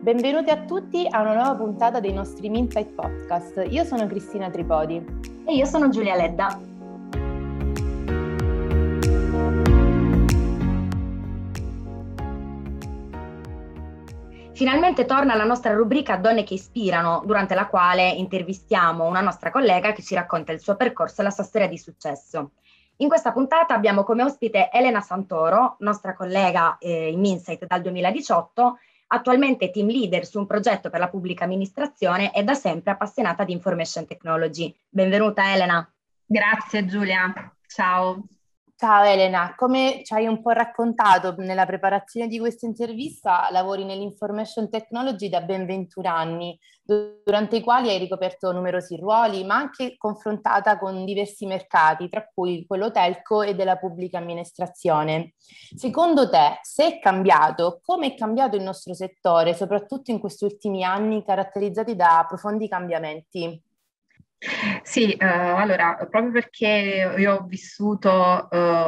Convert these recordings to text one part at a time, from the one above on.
Benvenuti a tutti a una nuova puntata dei nostri Minsight Podcast. Io sono Cristina Tripodi. E io sono Giulia Ledda. Finalmente torna la nostra rubrica Donne che ispirano, durante la quale intervistiamo una nostra collega che ci racconta il suo percorso e la sua storia di successo. In questa puntata abbiamo come ospite Elena Santoro, nostra collega in Minsight dal 2018, attualmente team leader su un progetto per la pubblica amministrazione e da sempre appassionata di information technology. Benvenuta Elena. Grazie Giulia, ciao. Ciao Elena, come ci hai un po' raccontato nella preparazione di questa intervista, lavori nell'information technology da ben 21 anni, durante i quali hai ricoperto numerosi ruoli, ma anche confrontata con diversi mercati, tra cui quello telco e della pubblica amministrazione. Secondo te, se è cambiato, come è cambiato il nostro settore, soprattutto in questi ultimi anni caratterizzati da profondi cambiamenti? Sì, allora, proprio perché io ho vissuto,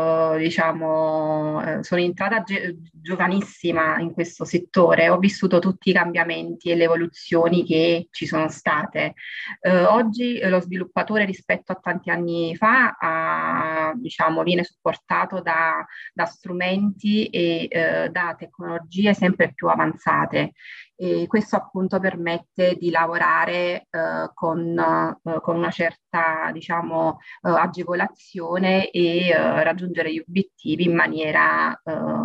sono entrata giovanissima in questo settore, ho vissuto tutti i cambiamenti e le evoluzioni che ci sono state. Oggi lo sviluppatore rispetto a tanti anni fa viene supportato da strumenti e da tecnologie sempre più avanzate. E questo appunto permette di lavorare con una certa, agevolazione e raggiungere gli obiettivi in maniera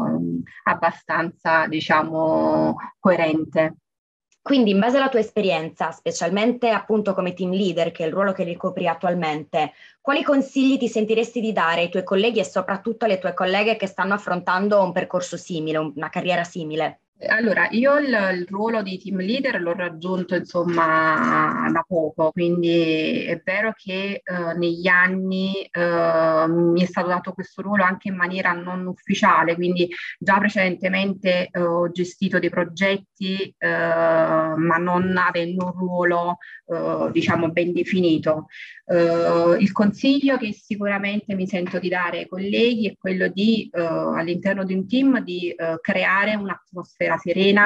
abbastanza, coerente. Quindi, in base alla tua esperienza, specialmente appunto come team leader, che è il ruolo che ricopri attualmente, quali consigli ti sentiresti di dare ai tuoi colleghi e soprattutto alle tue colleghe che stanno affrontando un percorso simile, una carriera simile? Allora, io il ruolo di team leader l'ho raggiunto insomma da poco, quindi è vero che negli anni mi è stato dato questo ruolo anche in maniera non ufficiale, quindi già precedentemente ho gestito dei progetti ma non avendo un ruolo ben definito. Il consiglio che sicuramente mi sento di dare ai colleghi è quello di all'interno di un team di creare un'atmosfera serena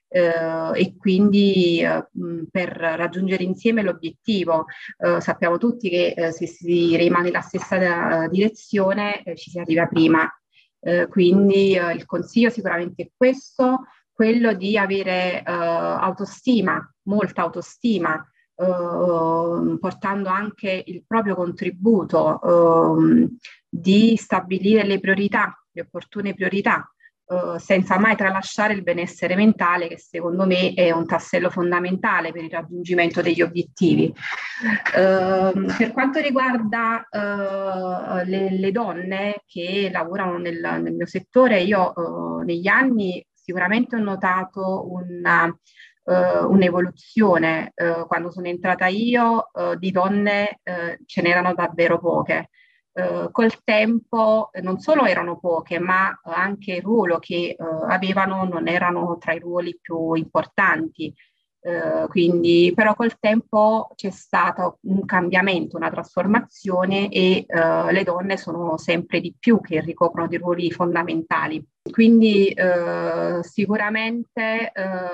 e quindi per raggiungere insieme l'obiettivo. Sappiamo tutti che se si rimane nella stessa direzione ci si arriva prima. Quindi il consiglio sicuramente è questo, quello di avere autostima, molta autostima, portando anche il proprio contributo, di stabilire le priorità, le opportune priorità, senza mai tralasciare il benessere mentale, che secondo me è un tassello fondamentale per il raggiungimento degli obiettivi. Per quanto riguarda le donne che lavorano nel mio settore, io negli anni sicuramente ho notato un'evoluzione. Quando sono entrata io di donne ce n'erano davvero poche. Col tempo non solo erano poche, ma anche il ruolo che avevano non erano tra i ruoli più importanti. Quindi, però col tempo c'è stato un cambiamento, una trasformazione e le donne sono sempre di più che ricoprono dei ruoli fondamentali. Quindi sicuramente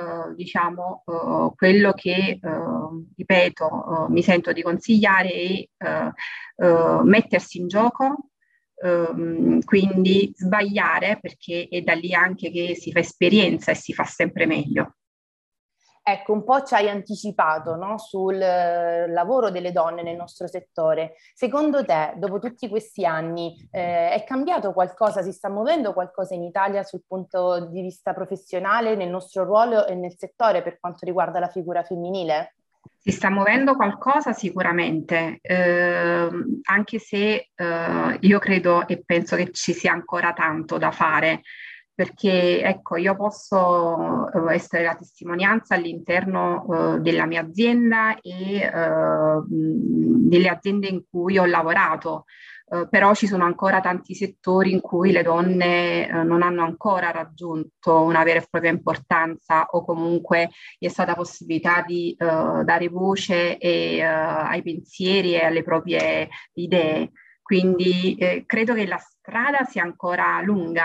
quello che ripeto mi sento di consigliare è mettersi in gioco, quindi sbagliare, perché è da lì anche che si fa esperienza e si fa sempre meglio. Ecco, un po' ci hai anticipato, no, sul lavoro delle donne nel nostro settore. Secondo te, dopo tutti questi anni, è cambiato qualcosa? Si sta muovendo qualcosa in Italia sul punto di vista professionale, nel nostro ruolo e nel settore per quanto riguarda la figura femminile? Si sta muovendo qualcosa sicuramente, anche se io credo e penso che ci sia ancora tanto da fare, perché ecco, io posso essere la testimonianza all'interno della mia azienda e delle aziende in cui ho lavorato. Però ci sono ancora tanti settori in cui le donne non hanno ancora raggiunto una vera e propria importanza, o comunque è stata possibilità di dare voce ai pensieri e alle proprie idee. Quindi credo che la strada sia ancora lunga.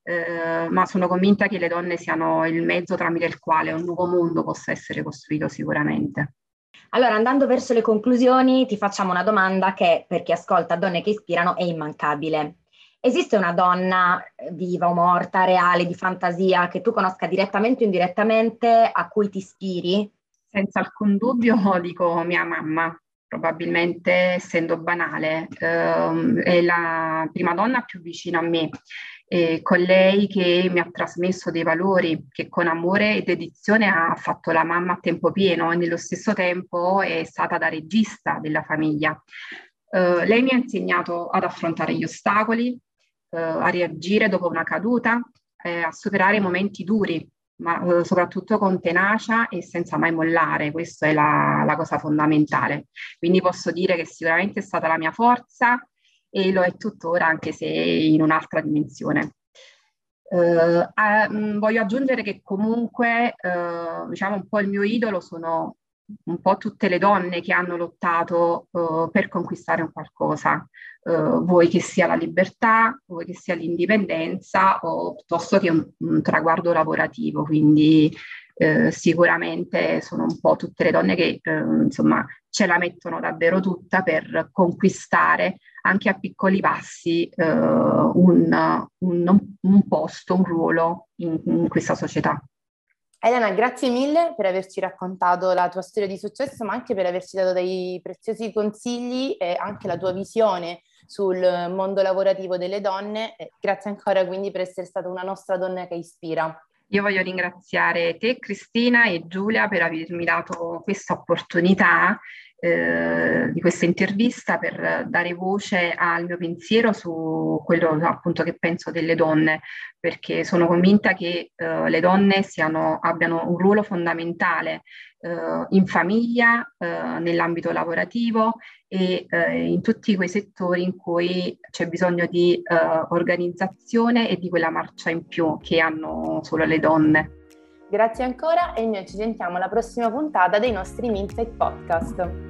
ma sono convinta che le donne siano il mezzo tramite il quale un nuovo mondo possa essere costruito sicuramente. Allora, andando verso le conclusioni, ti facciamo una domanda che, per chi ascolta Donne che ispirano, è immancabile. Esiste una donna viva o morta, reale, di fantasia, che tu conosca direttamente o indirettamente, a cui ti ispiri? Senza alcun dubbio dico mia mamma, probabilmente essendo banale, è la prima donna più vicina a me, con lei che mi ha trasmesso dei valori, che con amore e dedizione ha fatto la mamma a tempo pieno e nello stesso tempo è stata da regista della famiglia. Lei mi ha insegnato ad affrontare gli ostacoli, a reagire dopo una caduta, a superare i momenti duri, ma soprattutto con tenacia e senza mai mollare. Questa è la cosa fondamentale. Quindi posso dire che sicuramente è stata la mia forza e lo è tuttora, anche se in un'altra dimensione. Voglio aggiungere che comunque diciamo un po' il mio idolo sono un po' tutte le donne che hanno lottato per conquistare un qualcosa, vuoi che sia la libertà, vuoi che sia l'indipendenza o piuttosto che un traguardo lavorativo. Quindi sicuramente sono un po' tutte le donne che insomma ce la mettono davvero tutta per conquistare anche a piccoli passi un posto, un ruolo in questa società. Elena, grazie mille per averci raccontato la tua storia di successo, ma anche per averci dato dei preziosi consigli e anche la tua visione sul mondo lavorativo delle donne. Grazie ancora quindi per essere stata una nostra donna che ispira. Io voglio ringraziare te, Cristina, e Giulia per avermi dato questa opportunità di questa intervista per dare voce al mio pensiero su quello appunto che penso delle donne, perché sono convinta che le donne abbiano un ruolo fondamentale in famiglia, nell'ambito lavorativo e in tutti quei settori in cui c'è bisogno di organizzazione e di quella marcia in più che hanno solo le donne. Grazie ancora e noi ci sentiamo alla prossima puntata dei nostri Minsight Podcast.